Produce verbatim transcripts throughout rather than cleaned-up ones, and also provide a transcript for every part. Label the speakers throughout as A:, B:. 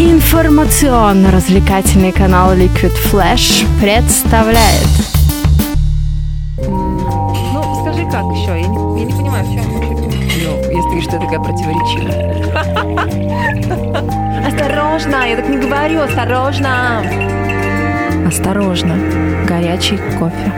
A: Информационно-развлекательный канал Liquid Flash представляет.
B: Ну, скажи, как еще? Я не, я не понимаю, в чем.
C: Ну, если ты говоришь, что я такая противоречивая.
B: Осторожно, я так не говорю, осторожно.
A: Осторожно, горячий кофе.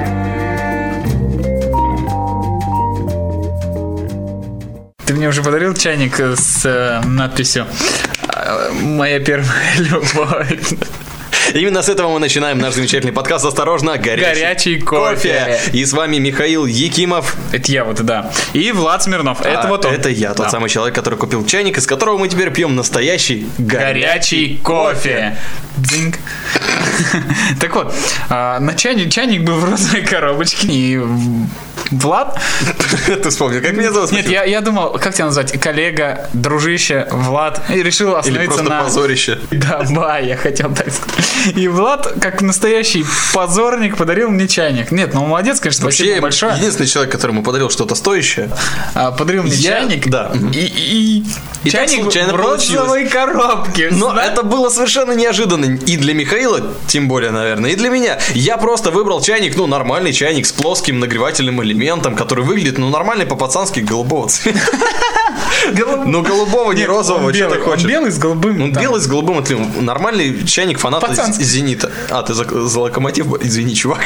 D: Ты мне уже подарил чайник с э, надписью «Моя первая любовь».
E: Именно с этого мы начинаем наш замечательный подкаст «Осторожно, горячий,
D: горячий кофе.
E: кофе». И с вами Михаил Якимов.
D: Это я вот, да. И Влад Смирнов. Это
E: а,
D: вот он.
E: Это я, тот да. самый человек, который купил чайник, из которого мы теперь пьем настоящий горячий, горячий кофе.
D: Дзинг. Так вот, на чайник, чайник был в розовой коробочке. И Влад...
E: Ты вспомнил, как меня зовут?
D: Нет, я, я думал, как тебя назвать? Коллега, дружище, Влад. И решил остановиться
E: Или просто
D: на...
E: позорище.
D: Да, ба, я хотел так сказать. И Влад, как настоящий позорник, подарил мне чайник. Нет, ну молодец, конечно,
E: вообще,
D: спасибо большое.
E: Единственный человек, которому подарил что-то стоящее.
D: А, подарил мне я... чайник.
E: Да.
D: И, и,
E: и
D: чайник в розовой коробке.
E: Но
D: да?
E: это было совершенно неожиданно. И для Михаила, тем более, наверное, и для меня. Я просто выбрал чайник, ну, нормальный чайник с плоским нагревательным элементом, который выглядит, ну, нормальный по-пацански голубого цвета. Ну, голубого, не розового, что ты хочешь.
D: Белый с голубым.
E: Ну, белый с голубым отливом. Нормальный чайник фаната «Зенита». А, ты за, за «Локомотив»? Извини, чувак.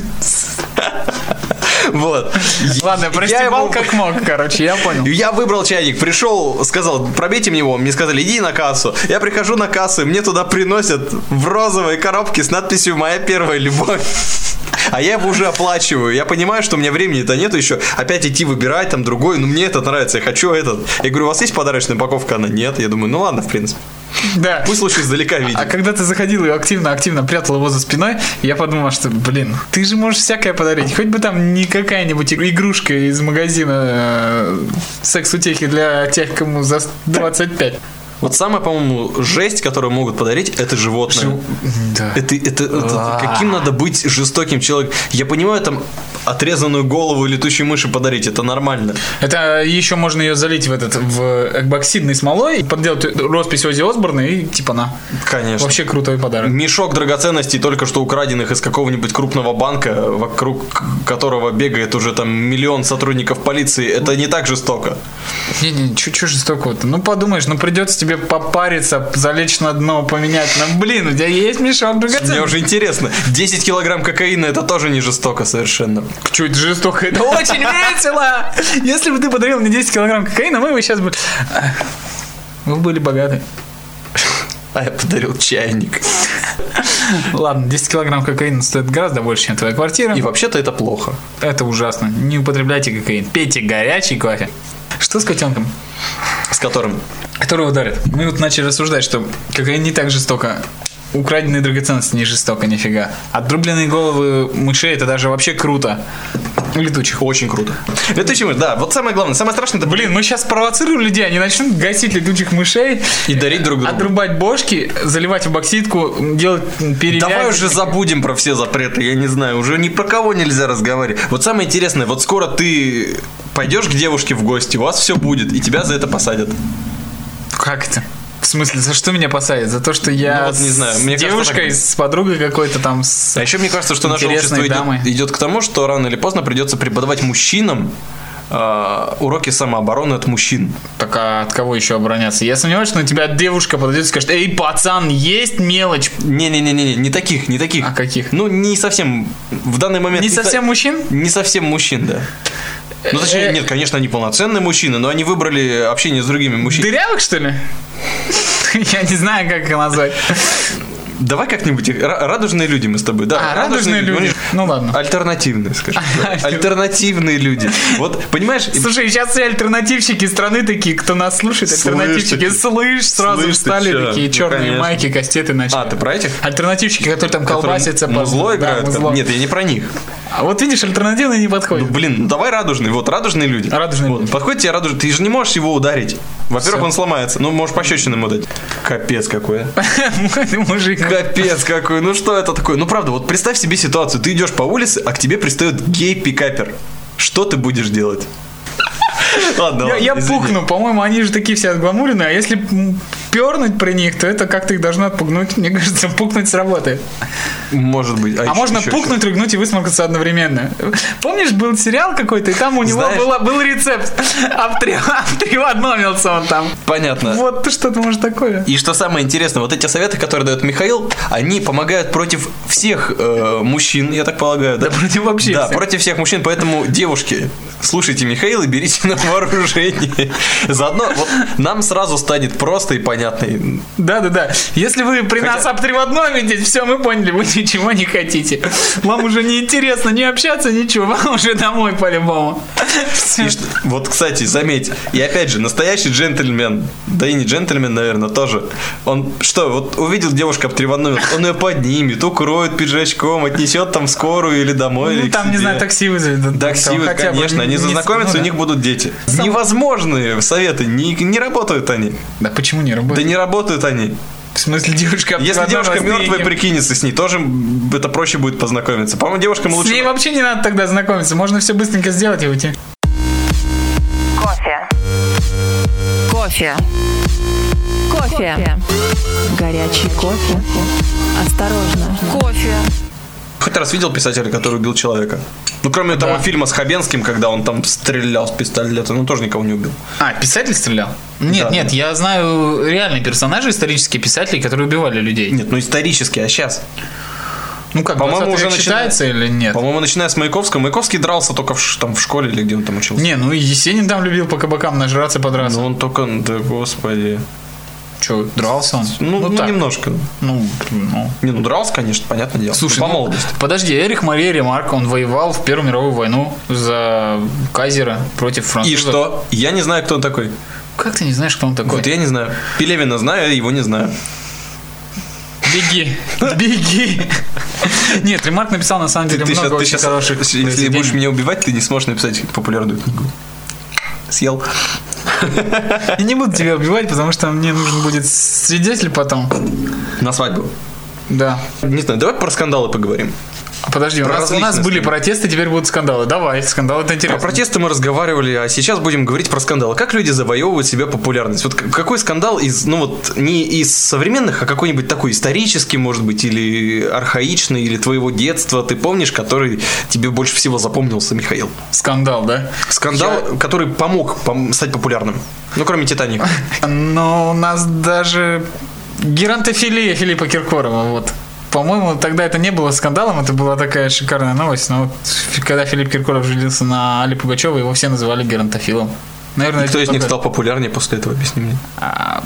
E: Вот.
D: Ладно, простебал как мог, короче, я понял.
E: Я выбрал чайник, пришел, сказал, пробейте мне его. Мне сказали, иди на кассу. Я прихожу на кассу, и мне туда приносят в розовой коробке с надписью «Моя первая любовь». А я его уже оплачиваю. Я понимаю, что у меня времени-то нет еще. Опять идти выбирать там другой. Ну, мне этот нравится, я хочу этот. Я говорю, у вас есть подарочная упаковка? Она нет. Я думаю, ну ладно, в принципе.
D: Да.
E: Пусть лучше издалека видит.
D: А когда ты заходил и активно-активно прятал его за спиной, я подумал, что, блин, ты же можешь всякое подарить. Хоть бы там не какая-нибудь игрушка из магазина э, секс-утехи для тех, кому за двадцать пять.
E: Вот самая, по-моему, жесть, которую могут подарить, это животное. Жив...
D: Да.
E: Это, это, это каким надо быть жестоким человеком? Я понимаю, там отрезанную голову летучей мыши подарить, это нормально.
D: Это еще можно ее залить в этот в эпоксидной смолой, подделать роспись Оззи Осборна и типа на.
E: Конечно.
D: Вообще крутой подарок.
E: Мешок драгоценностей, только что украденных из какого-нибудь крупного банка, вокруг которого бегает уже там миллион сотрудников полиции. Это не так жестоко.
D: Не-не, чуть-чуть жестокого-то. Ну подумаешь, ну придется тебе попариться, залечь на дно, поменять. Ну блин, у тебя есть мешок драгоценностей.
E: Мне уже интересно. десять килограмм кокаина, это тоже не жестоко совершенно.
D: Чуть жестоко, это очень весело. Если бы ты подарил мне десять килограмм кокаина, мы бы сейчас бы... Вы были богаты.
E: А я подарил чайник.
D: Ладно, десять килограмм кокаина стоит гораздо больше, чем твоя квартира.
E: И вообще-то это плохо.
D: Это ужасно. Не употребляйте кокаин. Пейте горячий кофе. Что с котенком?
E: С которым?
D: Которого дарят. Мы вот начали рассуждать, что кокаин не так жестоко. Украденные драгоценности не жестоко, нифига. Отрубленные головы мышей — это даже вообще круто. Летучих.
E: Очень круто. Летучие мыши, да. Вот самое главное, самое страшное это...
D: Блин, мы сейчас провоцируем людей, они начнут гасить летучих мышей
E: и дарить друг другу.
D: Отрубать бошки, заливать в бокситку, делать перевязки.
E: Давай уже забудем про все запреты, я не знаю. Уже ни про кого нельзя разговаривать. Вот самое интересное, вот скоро ты пойдешь к девушке в гости, у вас все будет, и тебя за это посадят.
D: Как это? В смысле, за что меня посадят? За то, что я
E: ну, вот, не знаю.
D: с
E: мне
D: девушкой,
E: кажется,
D: с подругой какой-то там, с
E: А еще мне кажется, что наше общество идет, идет к тому, что рано или поздно придется преподавать мужчинам э, уроки самообороны от мужчин.
D: Так а от кого еще обороняться? Я сомневаюсь, что на тебя девушка подойдет и скажет: эй, пацан, есть мелочь?
E: Не-не-не-не, не таких, не таких.
D: А каких?
E: Ну, не совсем, в данный момент...
D: Не, не совсем со... мужчин?
E: Не совсем мужчин, да. Ну, точнее, нет, конечно, они полноценные мужчины, но они выбрали общение с другими мужчинами.
D: Дырявых, что ли? Я не знаю, как их назвать.
E: Давай как-нибудь. Радужные люди мы с тобой, да.
D: А, радужные, радужные люди. люди. Ну ладно.
E: Альтернативные, скажем. Альтернативные люди. Вот, понимаешь?
D: Слушай, сейчас все альтернативщики страны такие, кто нас слушает, альтернативщики, слышь, сразу встали такие черные майки, кастеты начали.
E: А, ты про этих?
D: Альтернативщики, которые там колбасятся.
E: Музло играют? Нет, я не про них.
D: А вот видишь, альтернативные не подходят.
E: Ну, блин, давай радужные. Вот, радужные люди.
D: Радужные
E: вот.
D: люди.
E: Подходит тебе радужный. Ты же не можешь его ударить. Во-первых, Все. он сломается. Ну, можешь пощечину ему дать. Капец какой.
D: Мужик.
E: Капец какой. Ну, что это такое? Ну, правда, вот представь себе ситуацию. Ты идешь по улице, а к тебе пристает гей-пикапер. Что ты будешь делать? Ладно,
D: я,
E: ладно,
D: я пукну, по-моему, они же такие все отгламуренные. А если пернуть при них, то это как-то их должно отпугнуть. Мне кажется, пукнуть сработает.
E: Может быть.
D: А, а
E: еще,
D: можно
E: еще,
D: пукнуть, еще. Рыгнуть и высморкаться одновременно. Помнишь, был сериал какой-то, и там у него была, был рецепт. Обтриводномился он там.
E: Понятно.
D: Вот что-то может такое.
E: И что самое интересное, вот эти советы, которые дает Михаил, они помогают против всех э, мужчин, я так полагаю. Да,
D: да против вообще
E: Да,
D: всех.
E: против всех мужчин. Поэтому, девушки, слушайте Михаила и берите на вооружение. Заодно вот нам сразу станет просто и понятно.
D: Да-да-да. Если вы при
E: Хотя...
D: нас обтриводномитесь, все, мы поняли, вы ничего не хотите. Вам уже не интересно не общаться, ничего. Вам уже домой по-любому.
E: Что, вот, кстати, заметь, и опять же, настоящий джентльмен, да и не джентльмен, наверное, тоже. Он что, вот увидел девушку обтриводномилась, он ее поднимет, укроет пиджачком, отнесет там в скорую или домой.
D: Ну,
E: или
D: там, не знаю, такси вызовет.
E: Такси вызовет, конечно. Они зазнакомятся, ну, да. У них будут дети. Сам... Невозможные советы, не, не работают они.
D: Да почему не работают?
E: Да не работают они.
D: В смысле, девушка...
E: Если девушка мертвая прикинется с ней, тоже это проще будет познакомиться. По-моему, девушкам лучше...
D: С ней вообще не надо тогда знакомиться. Можно все быстренько сделать и уйти.
A: Кофе. Кофе. Кофе. Горячий кофе. Осторожно. Кофе.
E: Хоть раз видел писателя, который убил человека? Ну, кроме да. того фильма с Хабенским, когда он там стрелял с пистолета, ну, тоже никого не убил.
D: А, писатель стрелял? Нет, да, нет, да. Я знаю реальные персонажи, исторические писатели, которые убивали людей.
E: Нет, ну, исторические, а сейчас?
D: Ну, как, по-моему, уже считается или нет?
E: По-моему, начиная с Маяковского. Маяковский дрался только в, там, в школе или где он там учился.
D: Не, ну, и Есенин там любил по кабакам нажраться, подраться.
E: Ну, он только, да, господи...
D: Че, дрался он?
E: Ну, ну, ну немножко.
D: Ну, ну.
E: Не, ну дрался, конечно, понятное дело.
D: Слушай,
E: по
D: ну,
E: молодости.
D: Подожди, Эрих Мария Ремарк, он воевал в Первую мировую войну за Кайзера против французов.
E: И что? Я не знаю, кто он такой.
D: Как ты не знаешь, кто он такой?
E: Вот я не знаю. Пелевина знаю, а его не знаю.
D: Беги, беги. Нет, Ремарк написал на самом деле
E: ты,
D: много
E: ты
D: очень
E: сейчас,
D: хороших
E: если будешь меня убивать, ты не сможешь написать популярную книгу. Съел.
D: Я не буду тебя убивать, потому что мне нужен будет свидетель потом.
E: На свадьбу?
D: Да.
E: Не знаю, давай про скандалы поговорим.
D: Подожди, у нас, у нас были протесты, теперь будут скандалы. Давай, скандалы, это интересно.
E: Про протесты мы разговаривали, а сейчас будем говорить про скандалы. Как люди завоевывают себе популярность? Вот какой скандал из, ну вот, не из современных, а какой-нибудь такой исторический, может быть, или архаичный, или твоего детства, ты помнишь, который тебе больше всего запомнился, Михаил?
D: Скандал, да?
E: Скандал, Я... который помог стать популярным. Ну, кроме «Титаника».
D: Но у нас даже геронтофилия Филиппа Киркорова, вот. По-моему, тогда это не было скандалом, это была такая шикарная новость. Но вот когда Филипп Киркоров женился на Алле Пугачевой, его все называли геронтофилом. Наверное,
E: кто из них стал популярнее после этого, объясни мне?
D: А,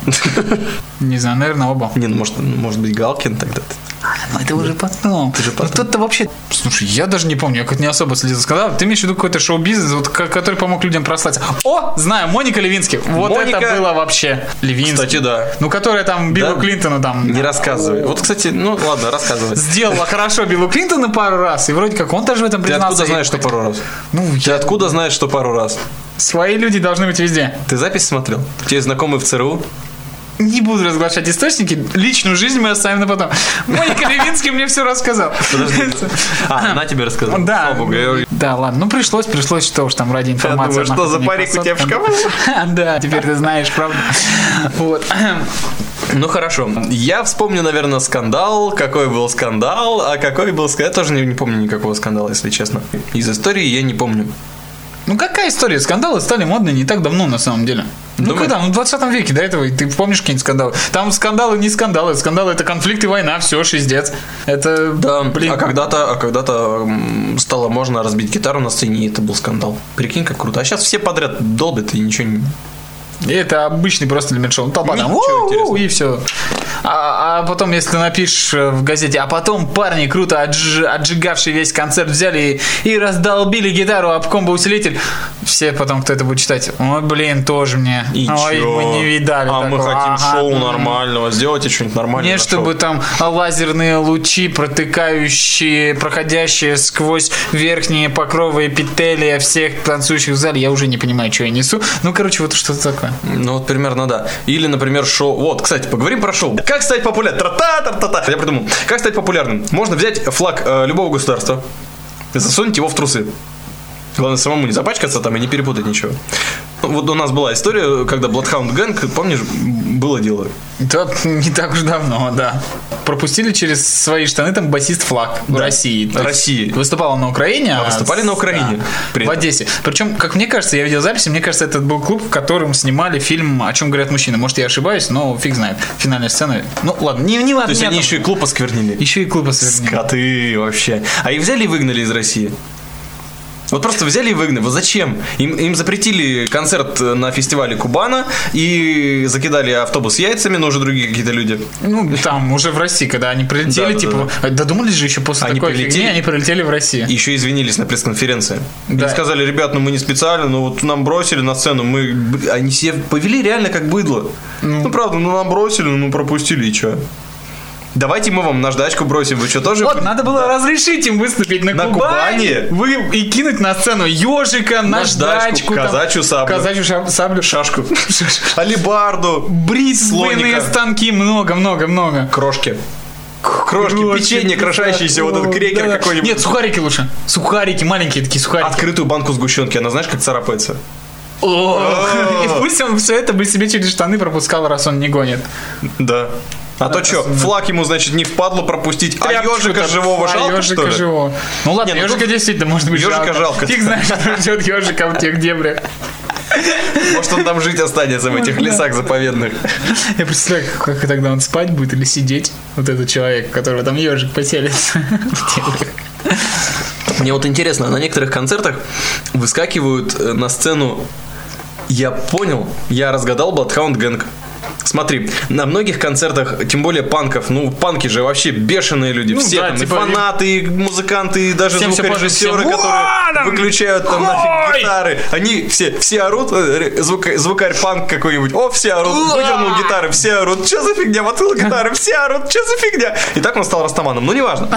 D: не знаю, наверное, оба.
E: Не, ну может, может быть, Галкин тогда.
D: Ну это уже потом.
E: Ты же потом.
D: Ну кто-то вообще... Слушай, я даже не помню, я как-то не особо следил за скандалом. Ты имеешь в виду какой-то шоу-бизнес, вот, который помог людям прославиться? О, знаю, Моника Левински. Вот Моника... это было вообще. Левински.
E: Кстати, да.
D: Ну, которая там Биллу
E: да?
D: Клинтону там...
E: Не рассказывай. Вот, кстати, ну ладно, рассказывай.
D: Сделала хорошо Биллу Клинтону пару раз, и вроде как он тоже в этом признался.
E: Ты откуда знаешь, что пару раз?
D: Ну,
E: Ты
D: я...
E: откуда знаешь, что пару раз?
D: Свои люди должны быть везде.
E: Ты запись смотрел? Тебе знакомые в ЦРУ?
D: Не буду разглашать источники. Личную жизнь мы оставим на потом. Моника Левински мне все рассказал.
E: Подожди. А, она тебе рассказала?
D: Да. Да, ладно. Ну, пришлось, пришлось, что уж там ради информации.
E: Я думаю, что за парик у тебя в шкафу?
D: Да, теперь ты знаешь, правда. Вот.
E: Ну, хорошо. Я вспомню, наверное, скандал. Какой был скандал, а какой был скандал. Я тоже не, не помню никакого скандала, если честно. Из истории я не помню.
D: Ну, какая история? Скандалы стали модны не так давно, на самом деле. Ну, Думаю... когда? Ну, в двадцатом веке до этого. Ты помнишь какие-нибудь скандалы? Там скандалы не скандалы. Скандалы – это конфликт и война. Все, шиздец. Это,
E: да,
D: блин.
E: А когда-то, а когда-то стало можно разбить гитару на сцене, и это был скандал. Прикинь, как круто. А сейчас все подряд долбят, и ничего не...
D: И это обычный просто элемент шоу. Толпа там, и все. А, а потом, если ты напишешь в газете, а потом парни, круто отж, отжигавшие весь концерт, взяли и, и раздолбили гитару об комбо-усилитель, все потом, кто это будет читать, ой, блин, тоже мне.
E: И
D: ой,
E: чё?
D: мы не видали
E: А
D: такого.
E: мы хотим
D: ага,
E: шоу
D: ну,
E: нормального. Сделайте что-нибудь нормальное.
D: Не, чтобы
E: шоу.
D: Там лазерные лучи, протыкающие, проходящие сквозь верхние покровы эпителия всех танцующих в зале. Я уже не понимаю, что я несу. Ну, короче, вот что-то такое.
E: Ну, вот примерно, да. Или, например, шоу. Вот, кстати, поговорим про шоу. Как стать популярным? Тра-та-та-та-та. Я придумал. Как стать популярным? Можно взять флаг э, любого государства и засунуть его в трусы. Главное, самому не запачкаться там и не перепутать ничего. Вот у нас была история, когда Bloodhound Gang, помнишь, Было дело.
D: Да, не так уж давно, да. Пропустили через свои штаны там басист флаг в
E: Да.
D: России. То есть
E: России.
D: Выступал он на Украине.
E: А выступали на Украине.
D: Да, в Одессе. Причем, как мне кажется, я видел записи, мне кажется, этот был клуб, в котором снимали фильм «О чем говорят мужчины». Может, я ошибаюсь, но фиг знает. Финальная сцена. Ну, ладно, не, не ладно.
E: То есть они еще и клуб осквернили.
D: Еще и клуб осквернили.
E: Скоты вообще. А их взяли и выгнали из России? Вот просто взяли и выгнали. Вот зачем? Им, им запретили концерт на фестивале Кубана и закидали автобус яйцами, но уже другие какие-то люди.
D: Ну, там, уже в России, когда они прилетели,
E: Да, да,
D: типа...
E: да.
D: Додумались же еще после
E: Они
D: такой
E: прилетели?
D: фигни, они прилетели в Россию.
E: И еще извинились на пресс-конференции.
D: Да.
E: Им сказали, ребят, ну мы не специально, но вот нам бросили на сцену. Мы... Они себя повели реально как быдло. Ну, ну правда, ну нам бросили, ну мы пропустили, и что? Давайте мы вам наждачку бросим. Вы что, тоже...
D: Вот, надо было разрешить им выступить на,
E: На
D: Кубани,
E: Кубани?
D: Вы, и кинуть на сцену ежика,
E: Наждачку,
D: наждачку, там,
E: казачью саблю.
D: казачью ша- саблю, шашку,
E: Алибарду.
D: бритвенные
E: Слоника.
D: станки, много-много-много.
E: Крошки. Крошки, печенье, крошащиеся, вот этот крекер
D: Да-да.
E: какой-нибудь.
D: Нет, сухарики лучше. Сухарики, маленькие такие сухарики.
E: Открытую банку сгущенки, она знаешь, как царапается?
D: О, и пусть он все это бы себе через штаны пропускал, раз он не гонит.
E: Да. А то что, флаг ему, значит, не впадло пропустить, а ежика живого
D: а
E: жалко,
D: ежика
E: что ли?
D: живого. Ну ладно,
E: Не, ну
D: ежика
E: тут
D: действительно может быть
E: ежика жалко.
D: Фиг знаешь, что ждет ежика в тех дебрях.
E: Может, он там жить останется в этих лесах заповедных.
D: Я представляю, как тогда он спать будет или сидеть, вот этот человек, у которого там ежик поселится в дебрях.
E: Мне вот интересно, на некоторых концертах выскакивают э, на сцену. Я понял, я разгадал Bloodhound Gang. Смотри, на многих концертах, тем более панков, ну, панки же вообще бешеные люди.
D: Ну,
E: все
D: да,
E: там,
D: типа,
E: и фанаты, и музыканты, и даже
D: всем всё
E: звукорежиссеры,
D: всем,
E: которые
D: «О, там,
E: выключают там нафиг
D: ой!»
E: гитары. Они все, все орут, э, звука- звукарь панк какой-нибудь, о, все орут, выдернул гитары, все орут, что за фигня, воткнул гитары, все орут, что за фигня. И так он стал растаманом, ну, неважно.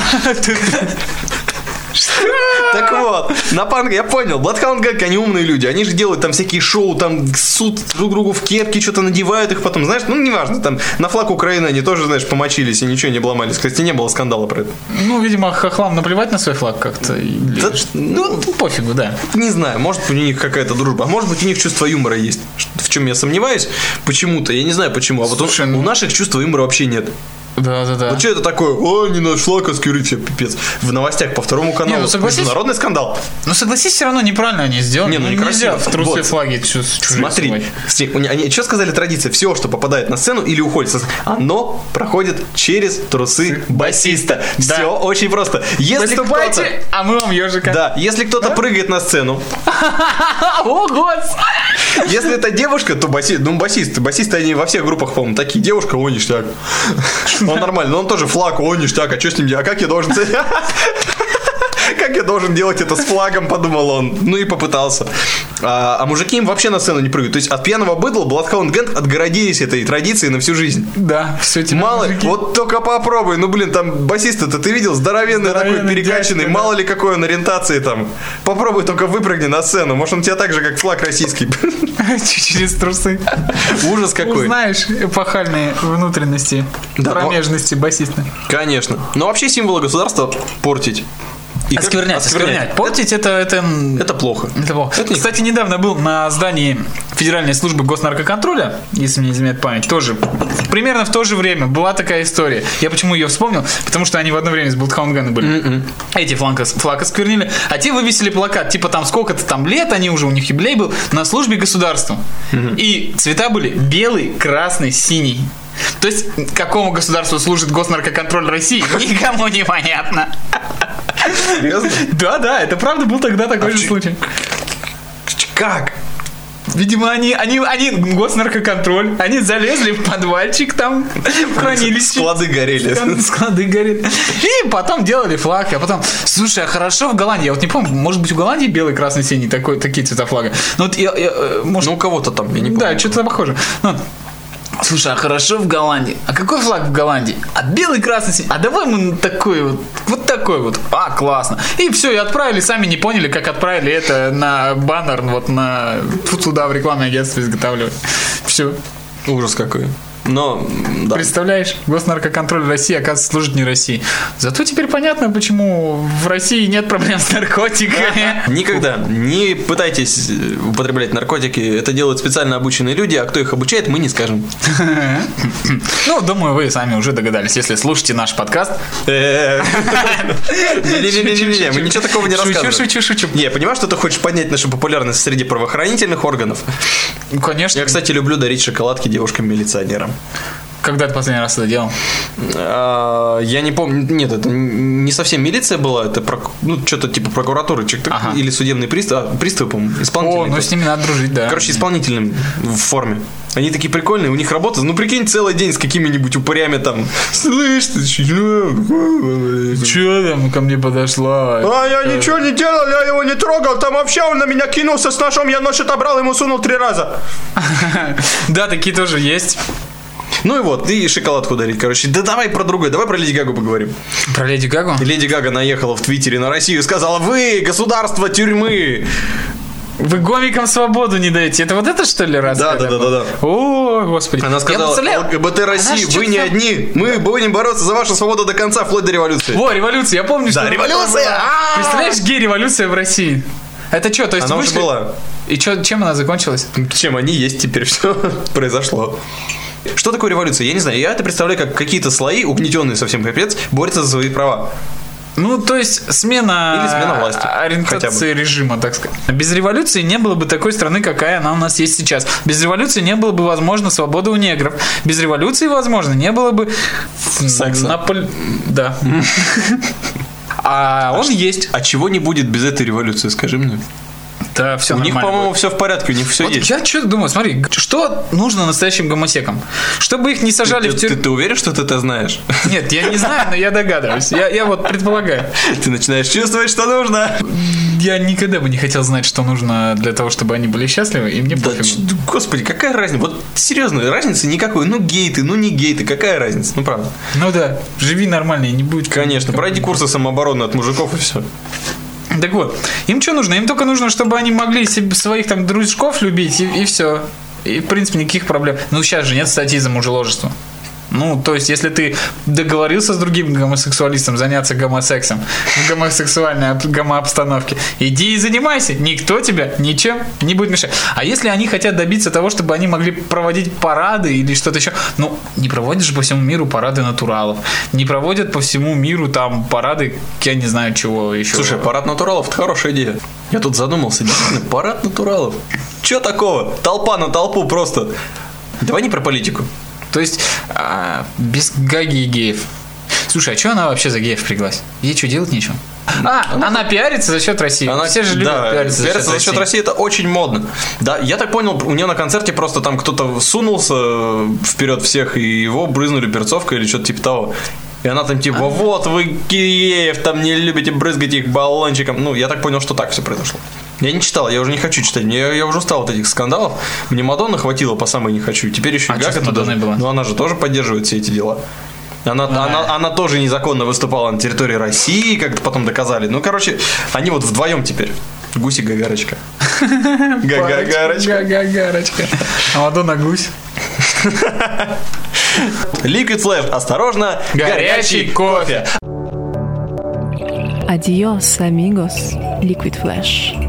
E: Так вот, на панк, я понял, Bloodhound Gang, они умные люди, они же делают там всякие шоу, там суд друг другу в кепки, что-то надевают их потом, знаешь, ну неважно, там на флаг Украины они тоже, знаешь, помочились и ничего не обломались. Кстати, не было скандала про это.
D: Ну, видимо, хохлам наплевать на свой флаг как-то. Или
E: Да,
D: что- ну, пофигу, да.
E: Не знаю, может быть, у них какая-то дружба, а может быть, у них чувство юмора есть, в чем я сомневаюсь, почему-то, я не знаю почему, а вот
D: Слушай,
E: у,
D: ну-
E: у наших чувства юмора вообще нет.
D: Да, да, да.
E: Вот что это такое? О, не наш флаг осквернить, все, пипец. В новостях по второму каналу
D: ну согласись-
E: международный скандал.
D: Ну, согласись, все равно неправильно они сделали.
E: Не, ну,
D: нельзя
E: некрасиво.
D: в трусы
E: Вот.
D: флаги чу- с чужой
E: Смотри,
D: собой.
E: все, они, они что сказали традиция? Все, что попадает на сцену или уходит, со сцены, оно проходит через трусы басиста.
D: Да.
E: Все очень просто. Если кто-то,
D: Выступайте, а мы вам ежика.
E: да, если кто-то прыгает на сцену,
D: О, господи!
E: если это девушка, то басист, ну басист, басисты они во всех группах, по-моему, такие. Девушка, о, ништяк. Он нормально, но он тоже флаг, о, ништяк, а что с ним делать? А как я должен... Как я должен делать это с флагом, подумал он. Ну и попытался. А, а мужики им вообще на сцену не прыгают. То есть от пьяного быдла Bloodhound Gang отгородились этой традицией на всю жизнь.
D: Да, все тебе
E: Мало,
D: мужики.
E: вот только попробуй. Ну, блин, там басист-то ты видел? Здоровенный,
D: Здоровенный
E: такой, перекачанный.
D: дядька, да.
E: Мало ли какой он ориентации там. Попробуй только выпрыгни на сцену. Может, он у тебя так же, как флаг российский.
D: Через трусы.
E: Ужас какой.
D: Узнаешь эпохальные внутренности,
E: Да,
D: промежности басиста.
E: Конечно. Но вообще символы государства портить. И как-
D: Осквернять, осквернять. Портить это, это,
E: Это плохо.
D: это плохо.
E: Это не-
D: Кстати, недавно был на здании Федеральной службы госнаркоконтроля, если мне не изменяет память, тоже примерно в то же время была такая история. Я почему ее вспомнил? Потому что они в одно время с Bloodhound Gang были.
E: М-м.
D: Эти флаг, флаг осквернили, а те вывесили плакат, типа там сколько-то там лет, они уже, у них юбилей был, на службе государству. И цвета были белый, красный, синий. То есть, какому государству служит госнаркоконтроль России, никому не понятно.
E: Серьезно?
D: Да, да, это правда был тогда такой
E: А
D: же
E: ч-
D: случай.
E: Как?
D: Видимо, они, они, они, госнаркоконтроль, они залезли в подвальчик там, в хранилище.
E: Склады горели.
D: Склады горели. И потом делали флаг. А потом, слушай, а хорошо в Голландии. Я вот не помню, может быть, в Голландии белый, красный, синий, такой, такие цвета флага. Ну, вот я, я, э, может,
E: Ну, у кого-то там, я не помню.
D: да, что-то похоже. Ну, слушай, а хорошо в Голландии. А какой флаг в Голландии? А белый, красный, синий. А давай мы такой вот, вот такой вот. А, классно. И все, и отправили, сами не поняли, как отправили это на баннер, вот на туда в рекламное агентство изготавливать. Все.
E: Ужас какой. Но, да.
D: Представляешь, госнаркоконтроль России, оказывается, служит не России. Зато теперь понятно, почему в России нет проблем с наркотиками.
E: Никогда не пытайтесь употреблять наркотики. Это делают специально обученные люди, а кто их обучает, мы не скажем.
D: Ну, думаю, вы сами уже догадались, если слушаете наш подкаст.
E: Не-не-не, мы ничего такого не рассказываем.
D: Шучу, шучу, шучу.
E: Не, понимаешь, что ты хочешь поднять нашу популярность среди правоохранительных органов?
D: Ну, конечно.
E: Я, кстати, люблю дарить шоколадки девушкам-милиционерам.
D: Когда ты последний раз это делал?
E: А, я не помню. Нет, это не совсем милиция была, это прок... ну, что-то типа прокуратуры ага. или судебный пристав, а, пристав, по-моему, исполнительный.
D: О, ну с ними надо дружить, да.
E: Короче, исполнительным в форме. Они такие прикольные, у них работа, ну прикинь, целый день с какими-нибудь упырями там. Слышь, ты чё?
D: Чё там ко мне подошла?
E: А я ничего не делал, я его не трогал, там вообще он на меня кинулся с ножом, я нож отобрал, ему сунул три раза.
D: Да, такие тоже есть.
E: Ну и вот, и шоколадку дарить, короче. Да давай про другое, давай про Леди Гагу поговорим.
D: Про Леди Гагу?
E: Леди Гага наехала в Твиттере на Россию и сказала: вы, государство тюрьмы.
D: Вы гомикам свободу не даете. Это вот это, что ли, раз?
E: Да, да, да, да, да.
D: О, господи.
E: Она сказала: ЛГБТ России, вы не одни. Мы будем бороться за вашу свободу до конца, вплоть до революции.
D: Во, революция, я помню, что...
E: Да, революция!
D: Представляешь, гей-революция в России. Это что, то есть
E: она
D: вышли...
E: уже была.
D: И чё, чем она закончилась?
E: Чем они есть теперь, все произошло. Что такое революция? Я не знаю. Я это представляю как какие-то слои, угнетенные совсем капец, борются за свои права.
D: Ну, то есть смена,
E: Или смена власти,
D: ориентации режима, так сказать. Без революции не было бы такой страны, какая она у нас есть сейчас. Без революции не было бы, возможно, свободы у негров. Без революции, возможно, не было бы...
E: Секса.
D: Наполь... Да. А он есть.
E: А чего не будет без этой революции, скажи мне?
D: Да, все
E: у них, по-моему, будет. Все в порядке, у них все
D: вот
E: есть.
D: Я что-то думаю, смотри, что нужно настоящим гомосекам? Чтобы их не сажали
E: ты,
D: в тюрьму.
E: Ты, ты уверен, что ты это знаешь?
D: Нет, я не знаю, но я догадываюсь. Я, я вот предполагаю.
E: Ты начинаешь чувствовать, что нужно.
D: Я никогда бы не хотел знать, что нужно для того, чтобы они были счастливы, и мне
E: да,
D: пофигу.
E: Господи, какая разница? Вот серьезно, разницы никакой. Ну, гей ты, ну не гей ты, какая разница? Ну, правда.
D: Ну да, живи нормально и не будет...
E: Конечно, пройди курсы самообороны от мужиков и все.
D: Так вот, им что нужно? Им только нужно, чтобы они могли себе, своих там дружков любить, и, и все. И, в принципе, никаких проблем. Ну, сейчас же нет статьи за мужеложество. Ну, то есть, если ты договорился с другим гомосексуалистом заняться гомосексом в гомосексуальной гомообстановке, иди и занимайся. Никто тебя ничем не будет мешать. А если они хотят добиться того, чтобы они могли проводить парады или что-то еще, ну, не проводят же по всему миру парады натуралов. Не проводят по всему миру там парады, я не знаю, чего еще.
E: Слушай, парад натуралов – это хорошая идея. Я тут задумался, действительно, парад натуралов. Че такого? Толпа на толпу просто. Давай не про политику.
D: То есть, а, без Гаги и геев. Слушай, а что она вообще за геев впряглась? Ей что, делать нечего? А, она, она пиарится за счет России.
E: Она,
D: все же любят
E: да,
D: пиариться,
E: пиариться
D: за счет
E: за счет
D: России.
E: России. Это очень модно. Да, я так понял, у нее на концерте просто там кто-то сунулся вперед всех, и его брызнули перцовкой или что-то типа того. И она там типа: вот вы геев там не любите, брызгать их баллончиком. Ну, я так понял, что так все произошло. Я не читал, я уже не хочу читать. Я, я уже устал от этих скандалов. Мне Мадонна хватило по самой не хочу. Теперь еще и
D: а
E: Гага туда.
D: Была?
E: Ну, она же тоже поддерживает все эти дела. Она, а. она, она тоже незаконно выступала на территории России, как-то потом доказали. Ну, короче, они вот вдвоем теперь. Гусь и Гагарочка.
D: Гагарочка. Гагарочка. А Мадонна гусь.
E: Liquid Flash. Осторожно, горячий кофе.
A: Adios, amigos. Liquid Flash.